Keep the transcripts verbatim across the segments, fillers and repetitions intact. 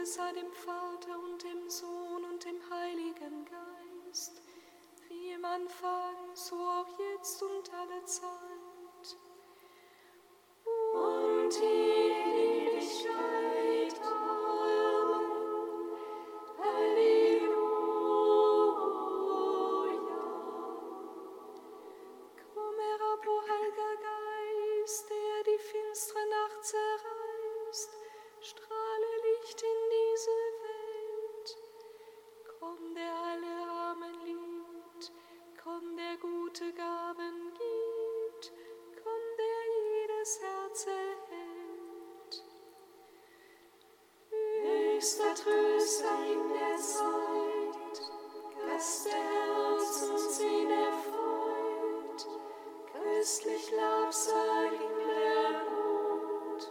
Ehre sei dem Vater und dem Sohn und dem Heiligen Geist, wie im Anfang, so auch jetzt und alle Zeit. Und in Ewigkeit. Amen. Halleluja. Komm herab, o Heiliger Geist, der die finstere Nacht zerreißt, strahle Licht in diese Welt. Komm, der alle Armen liebt, komm, der gute Gaben gibt, komm, der jedes Herz erhält. Höchster Tröster in der Zeit, Gast der Herz und Sinn erfreut, köstlich Labsal in der Not.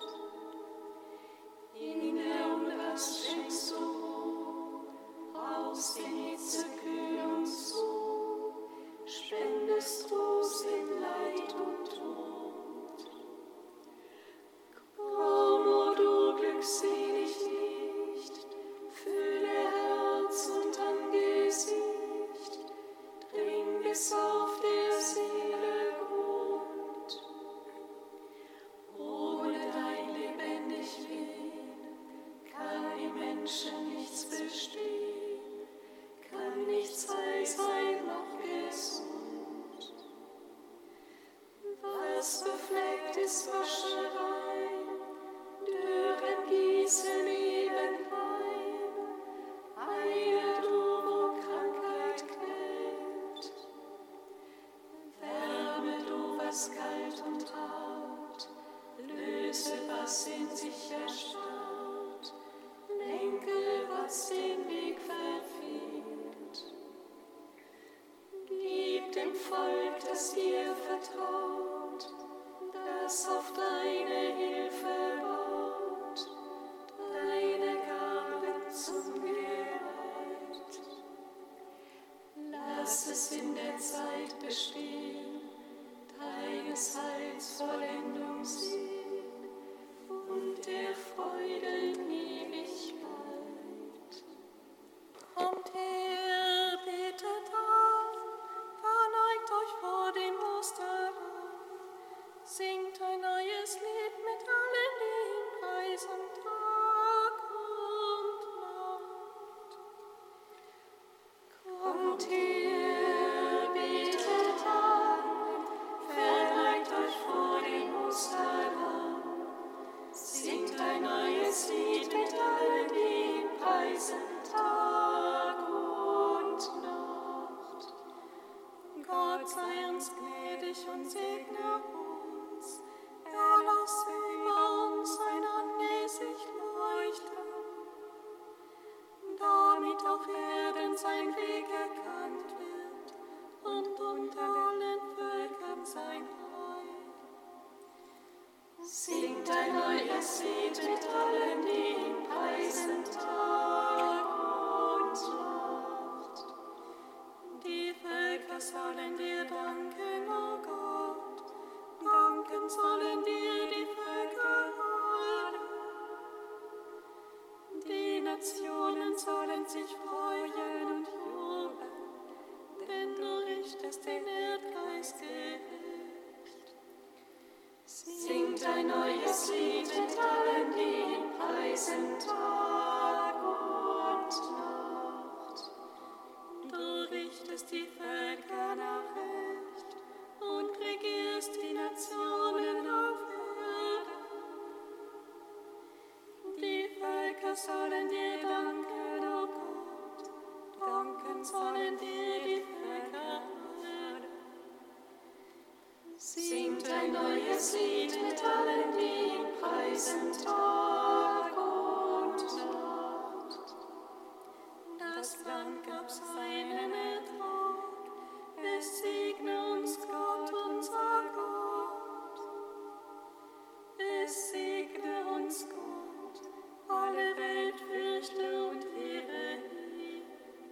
In der Unrast schenkst du aus den Hitze kühl und so, spendest Trost in Leid und Tod. Komm, o du glückselig Licht, fülle Herz und Angesicht, dring bis auf der Seele Grund. Ohne dein lebendig Wehen kann im Menschen nichts bestehen, kann nichts heil sein noch gesund. Was befleckt ist, wasche rein, Dürren gießen eben ein, heile du, wo Krankheit quält. Wärme du, was kalt und hart, löse, was in sich erstarrt, lenke, was den Weg verfehlt. Gib dem Volk, das dir vertraut, das auf deine Hilfe baut, deine Gaben zum Geleit. Lass es in der Zeit bestehen, deines Heils Vollendung sehen und der Freude in Ewigkeit. Kommt her, betet auf, verneugt euch vor dem Osterlaub, singt ein neues Lied mit allen, die ihn preisen, Tag und Nacht. Kommt her, betet an, verneugt euch vor dem Osterlaub, singt ein neues Lied mit allen, die ihn preisen, Tag und Nacht. Gott sei uns gnädig und segne uns, er lasse über uns sein Angesicht leuchten, damit auf Erden sein Weg erkannt wird und unter allen Völkern sein Heil. Singt ein neues Lied mit allen, die ihn preisen, Tag und Nacht. Die Völker sollen dir danken, o Gott, danken sollen dir die Völker alle. Die Nationen sollen sich freuen und jubeln, denn du richtest den Erdkreis gerecht. Singt ein neues Lied mit allen, die ihn preisen, Tag und Nacht. Du richtest die Völker nach Recht und regierst die Nationen auf Erden. Die Völker sollen dir danken, o Gott, danken sollen dir die Völker alle. Singt ein neues Lied mit allen, die ihn preisen, Tag und Nacht. Das Land gab seinen Ertrag, es segne uns Gott, unser Gott. Es segne uns Gott, alle Welt fürchte und ehre ihn.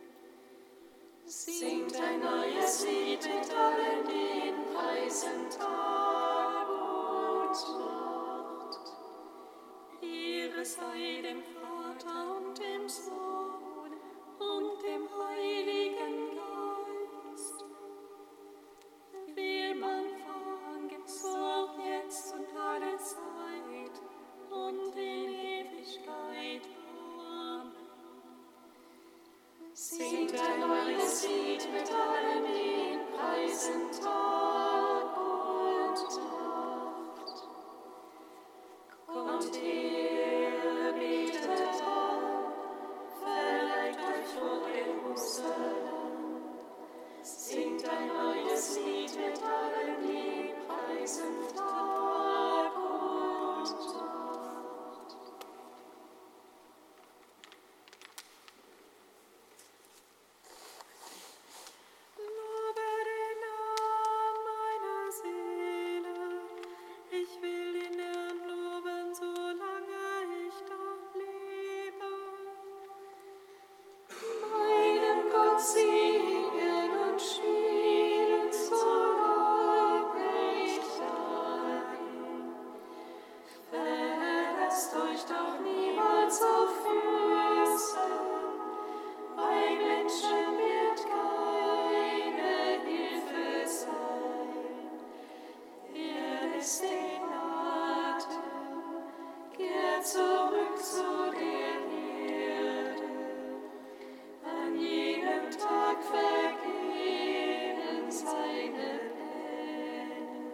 Singt ein neues Lied mit allen, die ihn preisen, Tag und Nacht. Ehre sei dem Vater Vater und dem Sohn und dem Heiligen Geist. Wie man Anfang, so jetzt und alle Zeit und in Ewigkeit. Amen. Singt ein neues Lied mit allen, die ihn preisen Tag und Nacht. Kommt her, betet an, verneigt euch vor dem Osterlamm. Singt ein neues Lied mit allen, die ihn preisen Tag und Nacht. Lobe den Namen meiner Seele, ich will den Herrn loben, solange ich noch lebe. Meinem Gott singen und spielen, solange ich dank. Verlasst euch doch niemals auf Fürsten, bei Menschen wird keine Hilfe sein. Er lässt den Atem, kehrt zurück zu der Erde. An jenem Tag vergehen seine Pläne.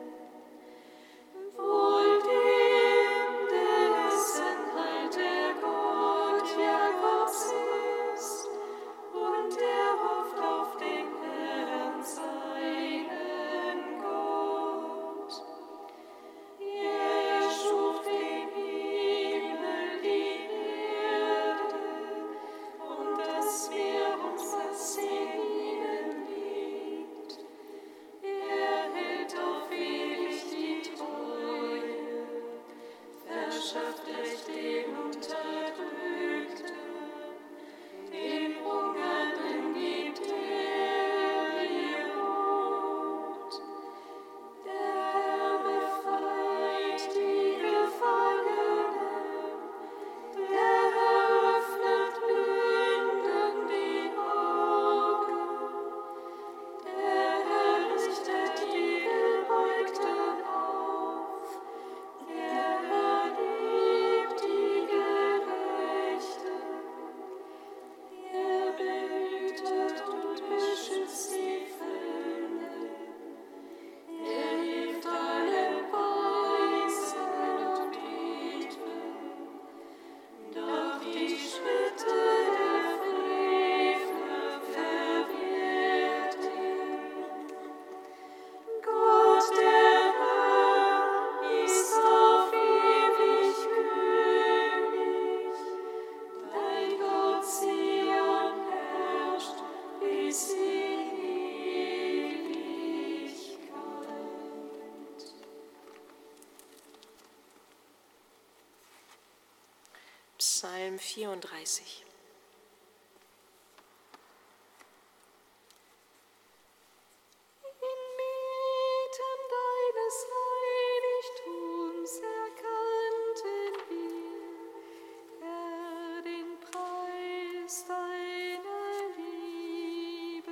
Wohl dem, dessen Halt der Gott Jakobs ist, und der hofft auf den Herrn, seinen Gott. Er schuf den Himmel, die Erde und das Meer und was in ihnen liegt. Er hält auf ewig die Treue, verschafft Recht den Unterdrückten, den Hungernden gibt er ihr Brot. Der Herr befreit die Gefangenen, der Herr öffnet Blinden die Augen, der Herr richtet die Gebeugten auf, der Herr liebt die Gerechten, er behütet und beschützt die Fremden, er hilft allen Waisen und Witwen, doch die Schritte der Frevler verwehrt er. Gott, der Herr, ist auf ewig König, dein Gott Zion herrscht bis in Ewigkeit. Psalm vierunddreißig. Inmitten deines Heiligtums erkannten wir, Herr, den Preis deiner Liebe.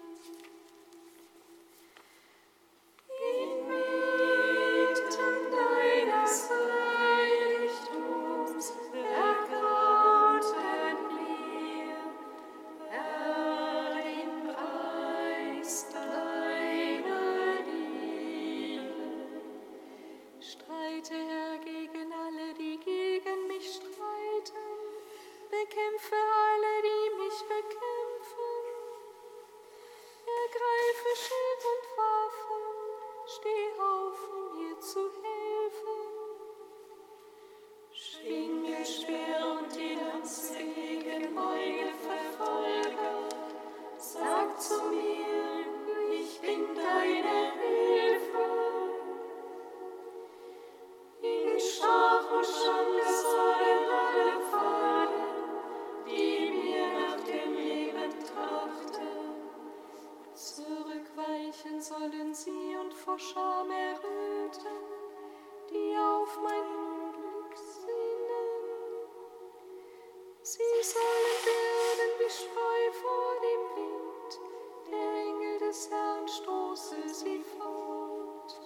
Inmitten deines Heiligtums erkannten wir, Herr, den Preis deiner Liebe. Streite, Herr, gegen alle, die gegen mich streiten, bekämpfe alle, die mich bekämpfen. Ergreife Schild und Waffen, steh auf, um mir zu helfen. Schwing mir Speer und die Lanze gegen meine Verfolger. Sag zu mir, ich bin deine Hilfe. In Schach und Schande sollen alle fallen, die mir nach dem Leben trachten. Zurückweichen sollen wie Spreu vor dem Wind, der Engel des Herrn stoße sie fort.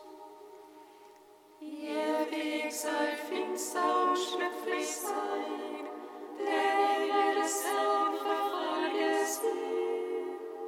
Ihr Weg soll finster und schlüpfrig sein, der Engel des Herrn verfolge sie.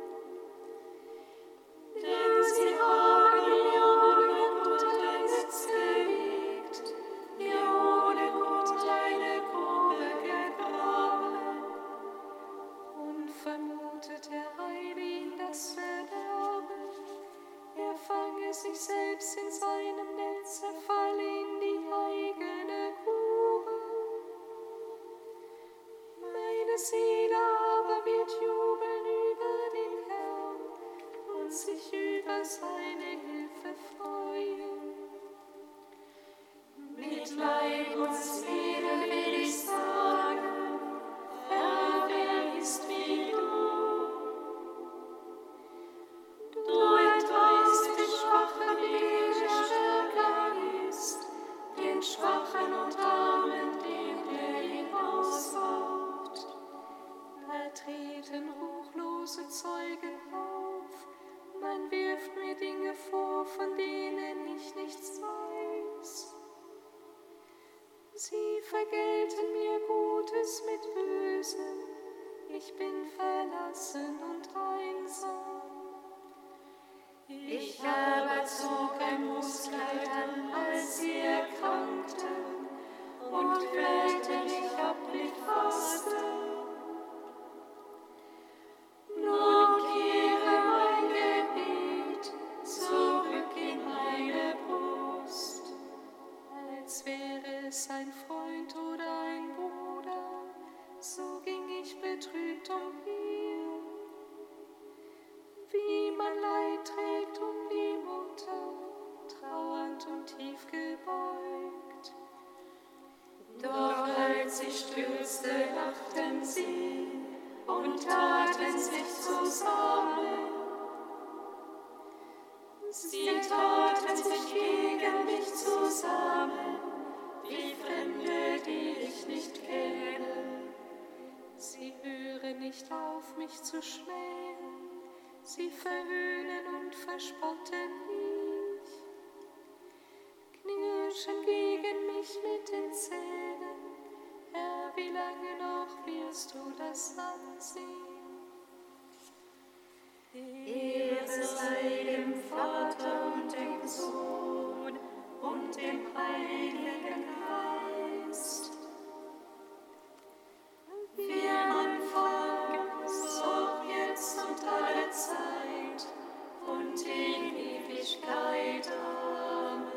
Denn sie haben ihr Unglück unter ein Netz gelegt, ihr Unglück unter eine Grube gegraben. Und vermutet der Heilige das Verderben, er fange sich selbst in seinem Netz, er falle in die eigene Grube. Meine Seele aber wird jubeln über den Herrn und sich über seine Hilfe freuen. Mit Leib und Seele will ich sagen, Herr, wer ist wie du? Du erdreist den Schwachen, den der stärker ist, den Schwachen und Armen, den der hinausbaut. Da treten ruchlose Zeugen auf, man wirft mir Dinge vor, von denen ich nichts weiß. Sie vergelten mir Gutes mit Bösem, ich bin verlassen und einsam. Ich aber zog ein Bußkleid an, als sie erkrankten, und quälte mich ab mit Fasten. Nun kehre mein Gebet zurück in meine Brust. Als wäre es ein Freund oder ein Bruder, so ging ich betrübt umher. Wie man Leid trägt um die Mutter, trauernd und tief gebeugt. Doch als ich stürzte, lachten sie und taten sich zusammen. Sie taten sich gegen mich zusammen, wie Fremde, die ich nicht kenne. Sie hören nicht auf, mich zu schmähen, sie verhöhnen und verspotten mich, knirschen gegen mich mit den Zähnen. Herr, wie lange noch wirst du das ansehen? Ehre sei dem Vater und dem Sohn und dem Heiligen Geist, wie am Anfang, so auch jetzt und alle Zeit und in Ewigkeit. Amen.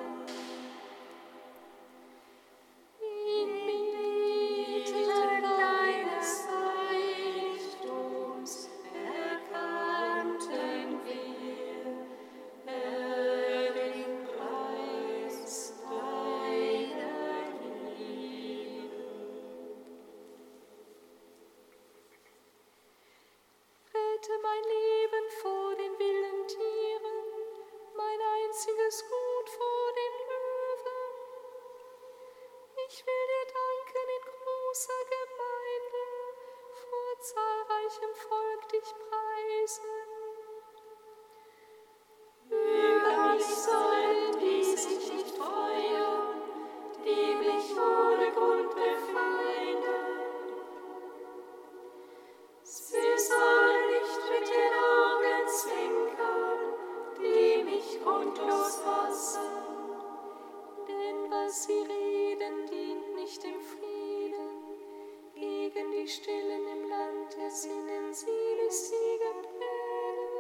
Inmitten deines Reichtums erkannten wir, Herr, den Preis deiner Liebe. Rette mein Leben vor den wilden Tieren, mein einziges Gut vor den Löwen. Ich will dir danken in großer Gemeinde, vor zahlreichem Volk dich preisen. Über mich sollen die sich nicht freuen, die mich ohne Grund befeinden. Sie sollen nicht mit den Augen zwinkern, die mich grundlos hassen. Denn was sie reden, dient nicht dem Frieden. Gegen die Stillen im Land ersinnen sie listige Pläne.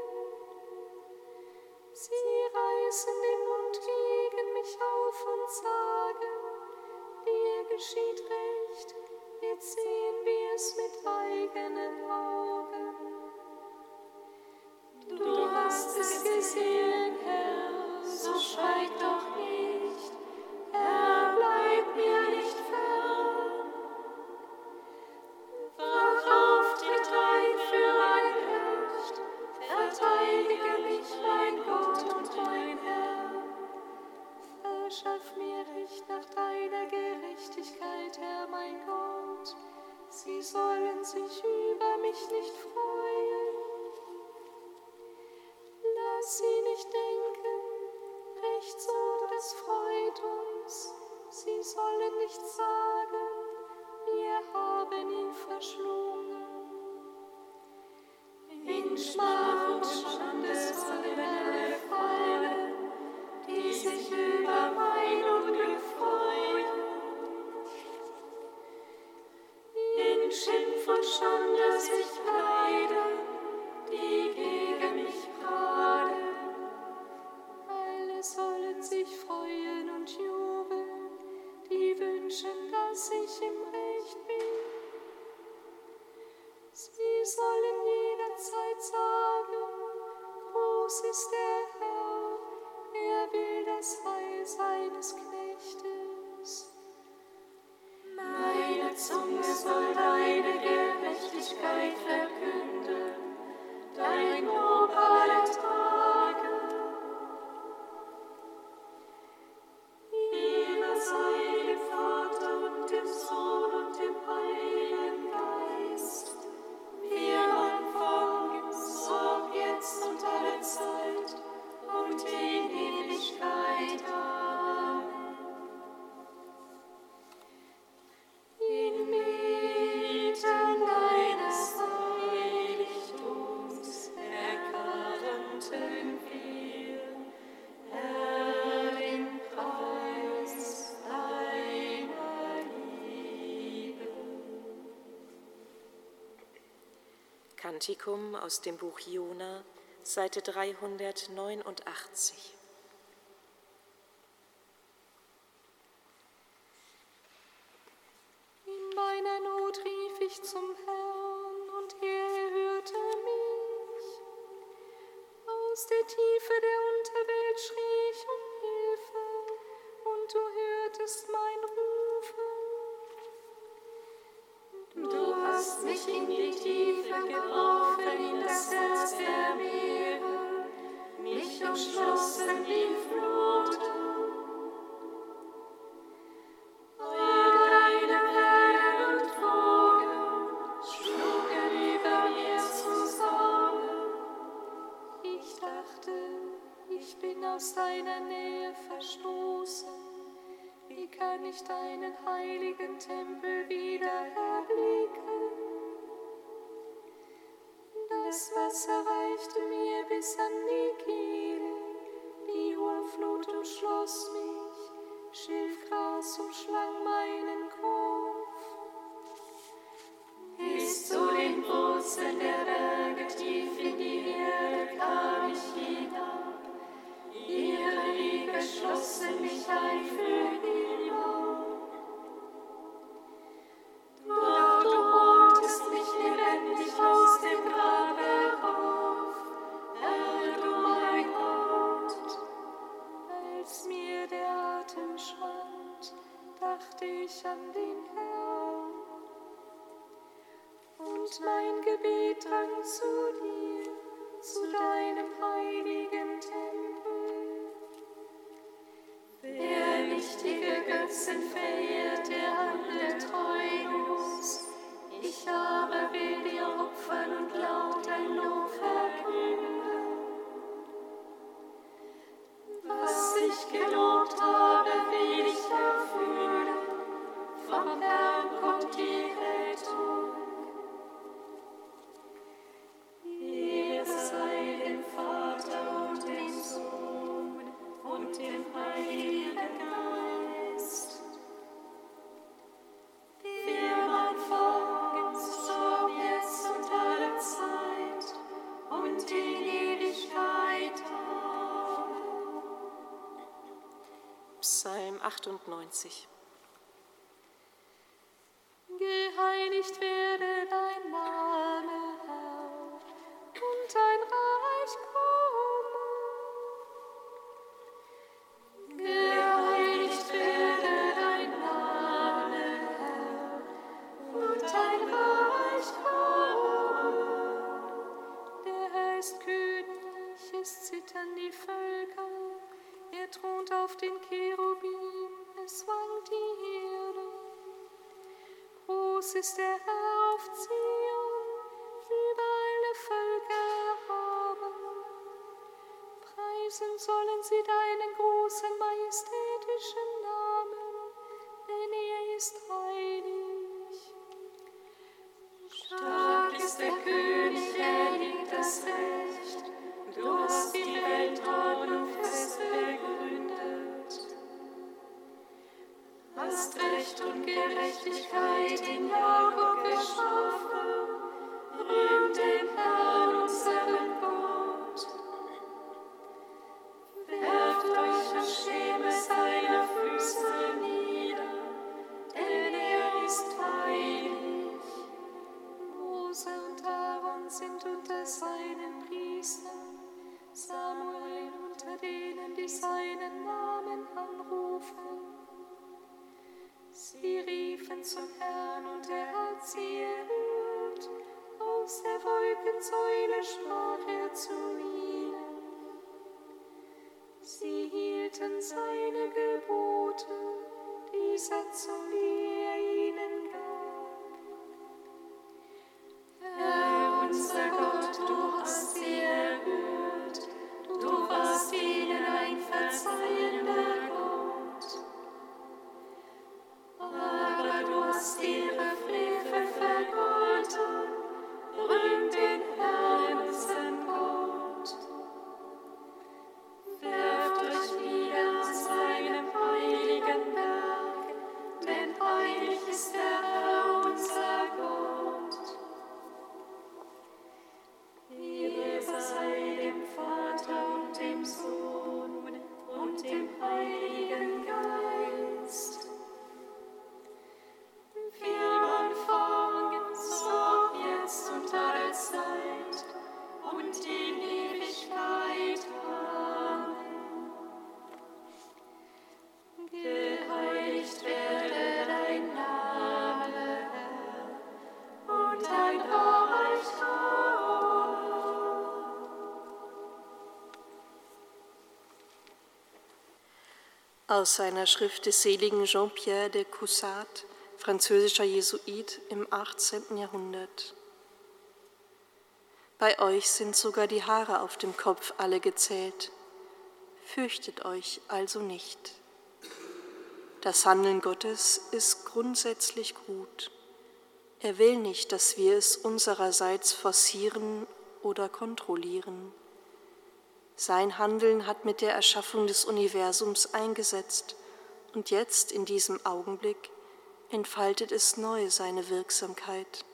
Sie reißen den Mund gegen mich auf und sagen, dir geschieht recht, jetzt sehen wir es mit eigenen Augen. Du hast es gesehen, Herr, so schweig doch nicht. Herr, bleib mir nicht fern. Wach auf, tritt ein für mein Recht, verteidige mich, mein Gott und mein Herr. Verschaff mir Recht nach deiner Gerechtigkeit, Herr mein Gott. Sie sollen sich über mich sich nicht freuen. Lass sie nicht denken, recht so, das freut uns. Sie sollen nicht sagen, wir haben ihn verschlungen. In Schmach und Schande sollen alle fallen, die sich über mein Unglück freuen. In Schimpf und Schande sich kleiden, die gegen mich prahlen. Alle sollen sich freuen und jubeln, die wünschen, dass ich im Recht bin. Sie sollen jederzeit sagen, groß ist der Herr, er will das Heil seines Knechtes. Meine Zunge soll deine Gerechtigkeit verkünden, dein Lob alle Tage. Ehre sei dem Vater und dem Sohn und dem Heiligen Geist, wie am Anfang, so jetzt und alle Zeit und in Ewigkeit. Amen. Inmitten deines Heiligtums erkannten wir, Herr, den Preis deiner Liebe. Kantikum aus dem Buch Jona, Seite dreihundertneunundachtzig. In meiner Not rief ich zum Herrn, und er erhörte mich. Aus der Tiefe der Unterwelt schrie ich um Hilfe, und du hörtest mein Rufen. Du hast mich in die Tiefe geworfen, in das Herz der Meere, mich umschlossen die Fluten. Deine Wellen und Wogen schlugen über mir zusammen. Ich dachte, ich bin aus deiner Nähe verstoßen. Wie kann ich deinen heiligen Tempel wieder erblicken? Das Wasser reichte mir bis an die Kehle, die Urflut umschloss mich, Schilfgras umschlang meinen Kopf. Bis zu den Wurzeln der Berge tief in die Erde kam ich hinab, ihre Liebe schlossen mich ein für immer. Doch du holtest mich lebendig aus dem Grab herauf, Herr, du mein Gott. Als mir der Atem schwand, dachte ich an den Herrn. Und mein Gebet drang zu dir, zu deinem heiligen Tempel. Wer nichtige Götzen verehrt, der handelt treulos. Ich aber will dir opfern und laut ein Lob verkünden. Was ich gelobt habe, will ich erfüllen. Vom Herrn kommt die Rettung. Ehre sei dem Vater und dem Sohn und dem Heiligen Geist. Wie am Anfang, so jetzt und alle Zeit und in Ewigkeit. Amen. Psalm achtundneunzig. Geheiligt werde dein Name, Herr, und dein Reich komme. Geheiligt werde dein Name, Herr, und dein Reich komme. Der Herr ist König, es zittern die Völker, er thront auf den Cherubim, es wankt die Erde. Groß ist der Herr auf Zion, preisen sollen sie deinen großen majestätischen Namen, denn er ist heilig. Stark ist der König, er liebt das Recht. Du hast die Weltordnung fest begründet. Hast Recht und Gerechtigkeit in Jakob geschaffen. Rühmt den Herrn, unseren Gott. Werft euch und schäme seiner Füße nieder, denn er ist heilig. Mose und Aaron sind unter seinen Priestern, Samuel unter denen, die seinen Namen anrufen. Sie riefen zum Herrn und er hat sie erhört. Aus der Wolkensäule sprach er zu ihnen. Sie hielten seine Gebote, die Satzung, die er ihnen gab. Herr, unser Gott, du hast sie erhört. Du warst ihnen ein verzeihender Gott. Aber du hast ihre Frevel vergolten. Rühmt den Herrn, unseren Gott. Werft euch wieder an seinem heiligen Berg, denn heilig ist der Herr, unser Gott. Ehre sei dem Vater und dem Sohn und dem Heiligen Geist. Wie am Anfang, so jetzt und alle Zeit und in Ewigkeit. Amen. Geheiligt werde dein Name, Herr, und dein Reich komme. Aus seiner Schrift des seligen Jean-Pierre de Caussade, französischer Jesuit im achtzehnten Jahrhundert. Bei euch sind sogar die Haare auf dem Kopf alle gezählt. Fürchtet euch also nicht. Das Handeln Gottes ist grundsätzlich gut. Er will nicht, dass wir es unsererseits forcieren oder kontrollieren. Sein Handeln hat mit der Erschaffung des Universums eingesetzt und jetzt in diesem Augenblick entfaltet es neu seine Wirksamkeit.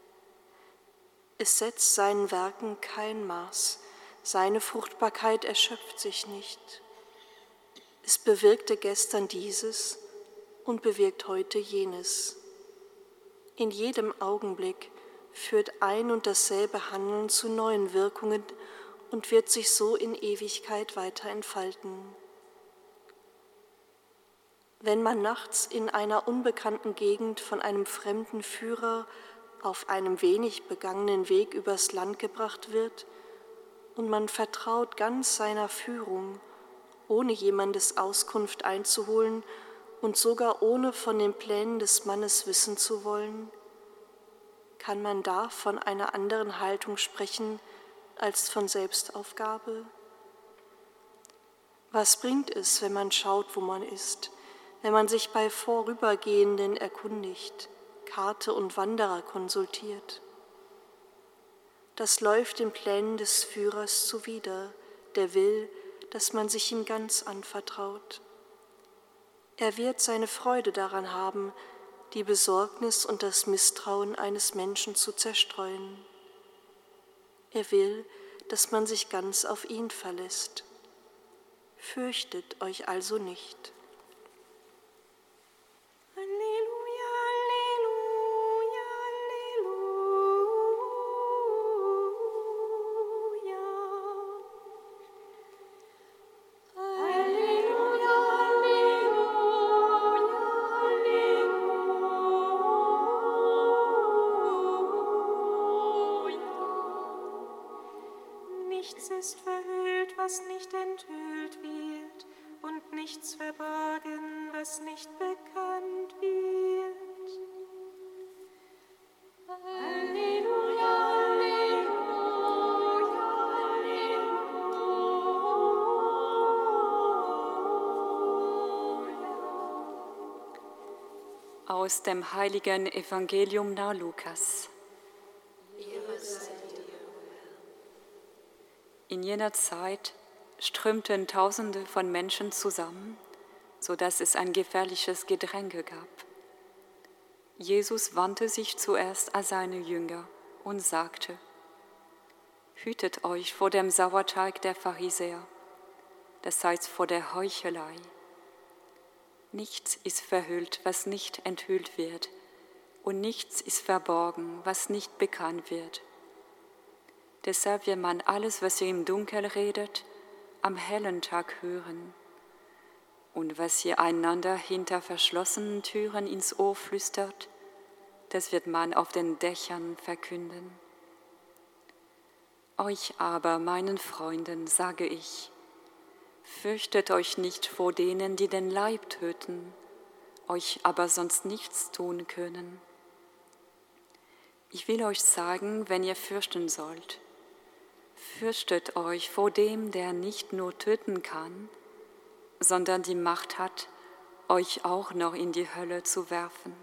Es setzt seinen Werken kein Maß, seine Fruchtbarkeit erschöpft sich nicht. Es bewirkte gestern dieses und bewirkt heute jenes. In jedem Augenblick führt ein und dasselbe Handeln zu neuen Wirkungen und wird sich so in Ewigkeit weiter entfalten. Wenn man nachts in einer unbekannten Gegend von einem fremden Führer auf einem wenig begangenen Weg übers Land gebracht wird und man vertraut ganz seiner Führung, ohne jemandes Auskunft einzuholen und sogar ohne von den Plänen des Mannes wissen zu wollen, kann man da von einer anderen Haltung sprechen als von Selbstaufgabe? Was bringt es, wenn man schaut, wo man ist, wenn man sich bei Vorübergehenden erkundigt, Karte und Wanderer konsultiert? Das läuft den Plänen des Führers zuwider, der will, dass man sich ihm ganz anvertraut. Er wird seine Freude daran haben, die Besorgnis und das Misstrauen eines Menschen zu zerstreuen. Er will, dass man sich ganz auf ihn verlässt. Fürchtet euch also nicht. Halleluja, Halleluja, Halleluja. Halleluja, Halleluja. Nichts ist verhüllt, was nicht enthüllt wird, und nichts verborgen, was nicht bekannt wird. Halleluja, Halleluja, Aus dem heiligen Evangelium nach Lukas. In jener Zeit strömten Tausende von Menschen zusammen, sodass es ein gefährliches Gedränge gab. Jesus wandte sich zuerst an seine Jünger und sagte: Hütet euch vor dem Sauerteig der Pharisäer, das heißt vor der Heuchelei. Nichts ist verhüllt, was nicht enthüllt wird, und nichts ist verborgen, was nicht bekannt wird. Deshalb wird man alles, was ihr im Dunkeln redet, am hellen Tag hören. Und was ihr einander hinter verschlossenen Türen ins Ohr flüstert, das wird man auf den Dächern verkünden. Euch aber, meinen Freunden, sage ich: Fürchtet euch nicht vor denen, die den Leib töten, euch aber sonst nichts tun können. Ich will euch sagen, wenn ihr fürchten sollt: Fürchtet euch vor dem, der nicht nur töten kann, sondern die Macht hat, euch auch noch in die Hölle zu werfen.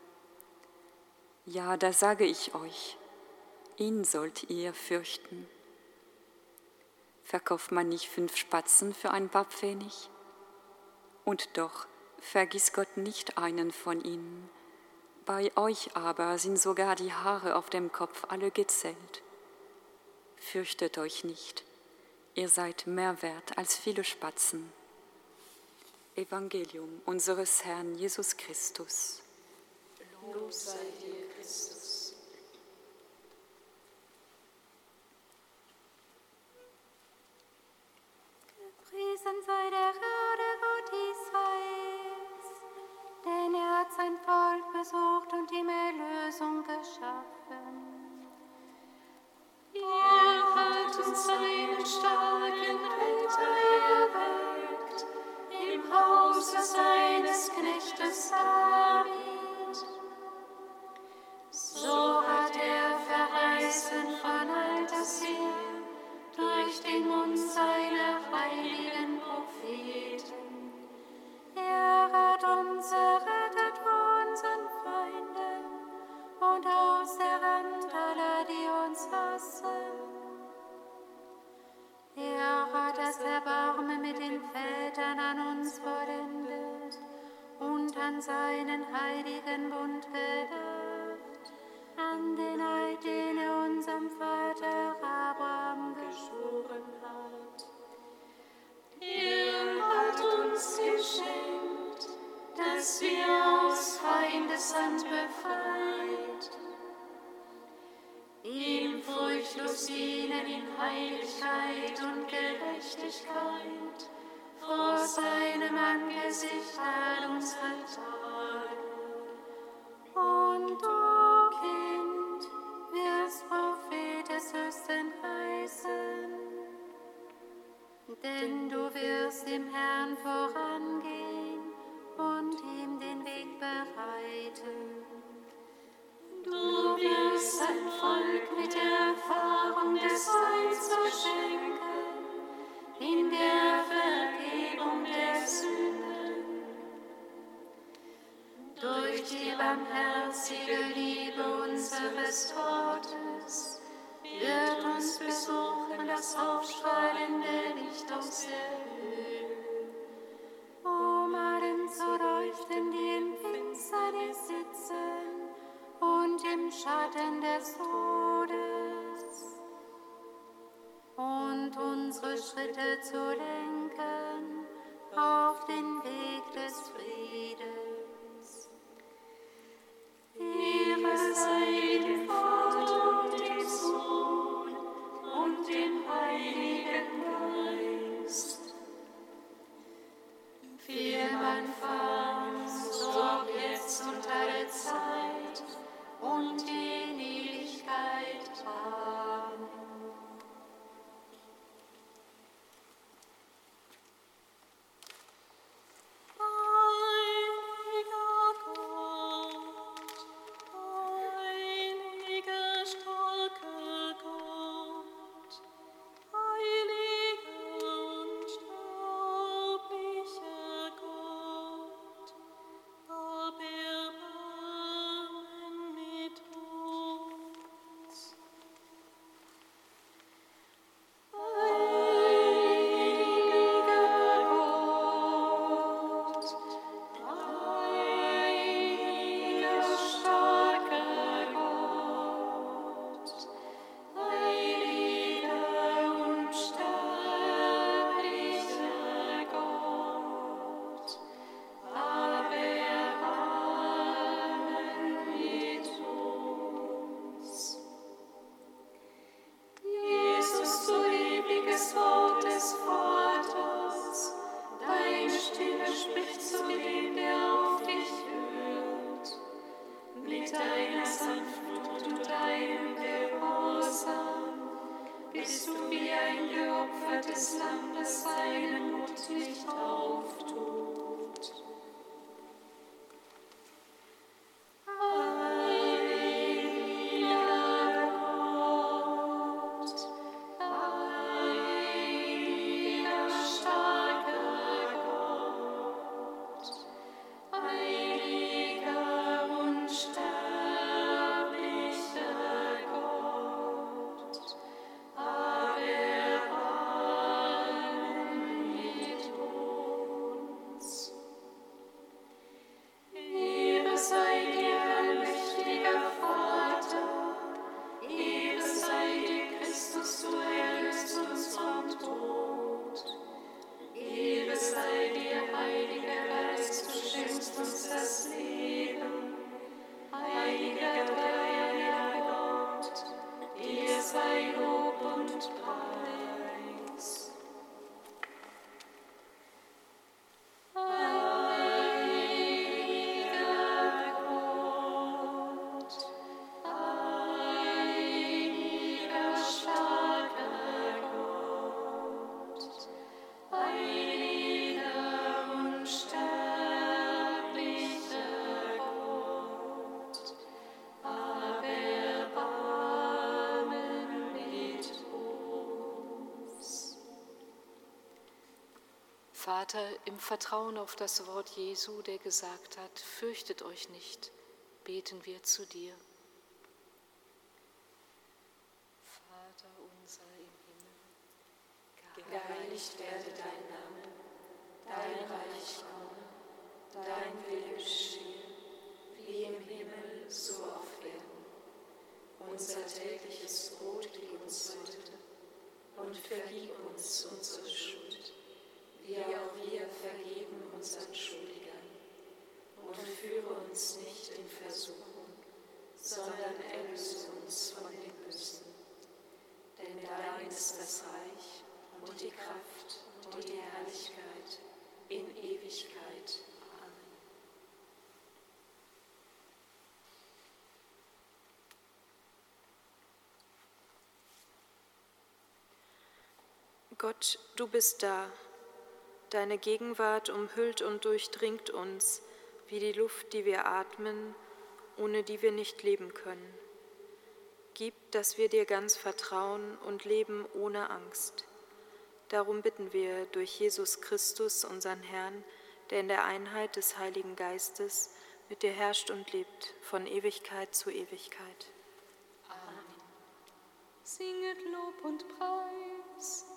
Ja, da sage ich euch, ihn sollt ihr fürchten. Verkauft man nicht fünf Spatzen für ein paar Pfennig? Und doch vergiss Gott nicht einen von ihnen. Bei euch aber sind sogar die Haare auf dem Kopf alle gezählt. Fürchtet euch nicht, ihr seid mehr wert als viele Spatzen. Evangelium unseres Herrn Jesus Christus. Lob sei dir, Christus. Gepriesen sei der Herr, der Gott Israels, denn er hat sein Volk besucht und ihm Erlösung geschaffen. Er hat uns einen starken Retter erweckt, im Hause seines Knechtes David. So hat er verheißen von alters her, durch den Mund seiner heiligen Propheten. Er hat uns errettet vor unseren Feinden und aus der Hand aller, die uns hassen. Er hat das Erbarmen mit den Vätern an uns vollendet und an seinen heiligen Bund gedacht, an den Eid, den er unserem Vater Abraham geschworen hat. Er hat uns geschenkt, dass wir aus Feindeshand befreit, ihm furchtlos dienen in Heiligkeit und Gerechtigkeit, vor seinem Angesicht all unsere Tage. Und du, Kind, wirst Prophet des Höchsten heißen, denn du wirst dem Herrn vorangehen und ihm den Weg bereiten. Du wirst ein Volk mit der Erfahrung des Heils beschenken, in der Vergebung der Sünden. Durch die barmherzige Liebe unseres Gottes wird uns besuchen das aufstrahlende Licht aus der Höhe, um allen zu leuchten, die in Finsternis sitzen und im Schatten des Todes, und unsere Schritte zu lenken auf den Weg des Friedens. Ehre sei dem Vater und dem Sohn und dem Heiligen Geist, wie im Anfang, so auch jetzt und alle Zeit und in Ewigkeit. Amen. Heiliger Gott, Sanftmut und deinem Gehorsam bist du wie ein geopfertes Lamm, das seinen Mund nicht auftut. Vater, im Vertrauen auf das Wort Jesu, der gesagt hat, fürchtet euch nicht, beten wir zu dir. Vater unser im Himmel, geheiligt werde dein Name, dein Reich komme, dein Wille geschehe, wie im Himmel, so auf Erden. Unser tägliches Brot gib uns heute und vergib uns unsere Schuld, wie auch wir vergeben unseren Schuldigern. Und führe uns nicht in Versuchung, sondern erlöse uns von dem Bösen. Denn dein ist das Reich und die Kraft und die Herrlichkeit in Ewigkeit. Amen. Gott, du bist da. Deine Gegenwart umhüllt und durchdringt uns, wie die Luft, die wir atmen, ohne die wir nicht leben können. Gib, dass wir dir ganz vertrauen und leben ohne Angst. Darum bitten wir durch Jesus Christus, unseren Herrn, der in der Einheit des Heiligen Geistes mit dir herrscht und lebt, von Ewigkeit zu Ewigkeit. Amen. Singet Lob und Preis.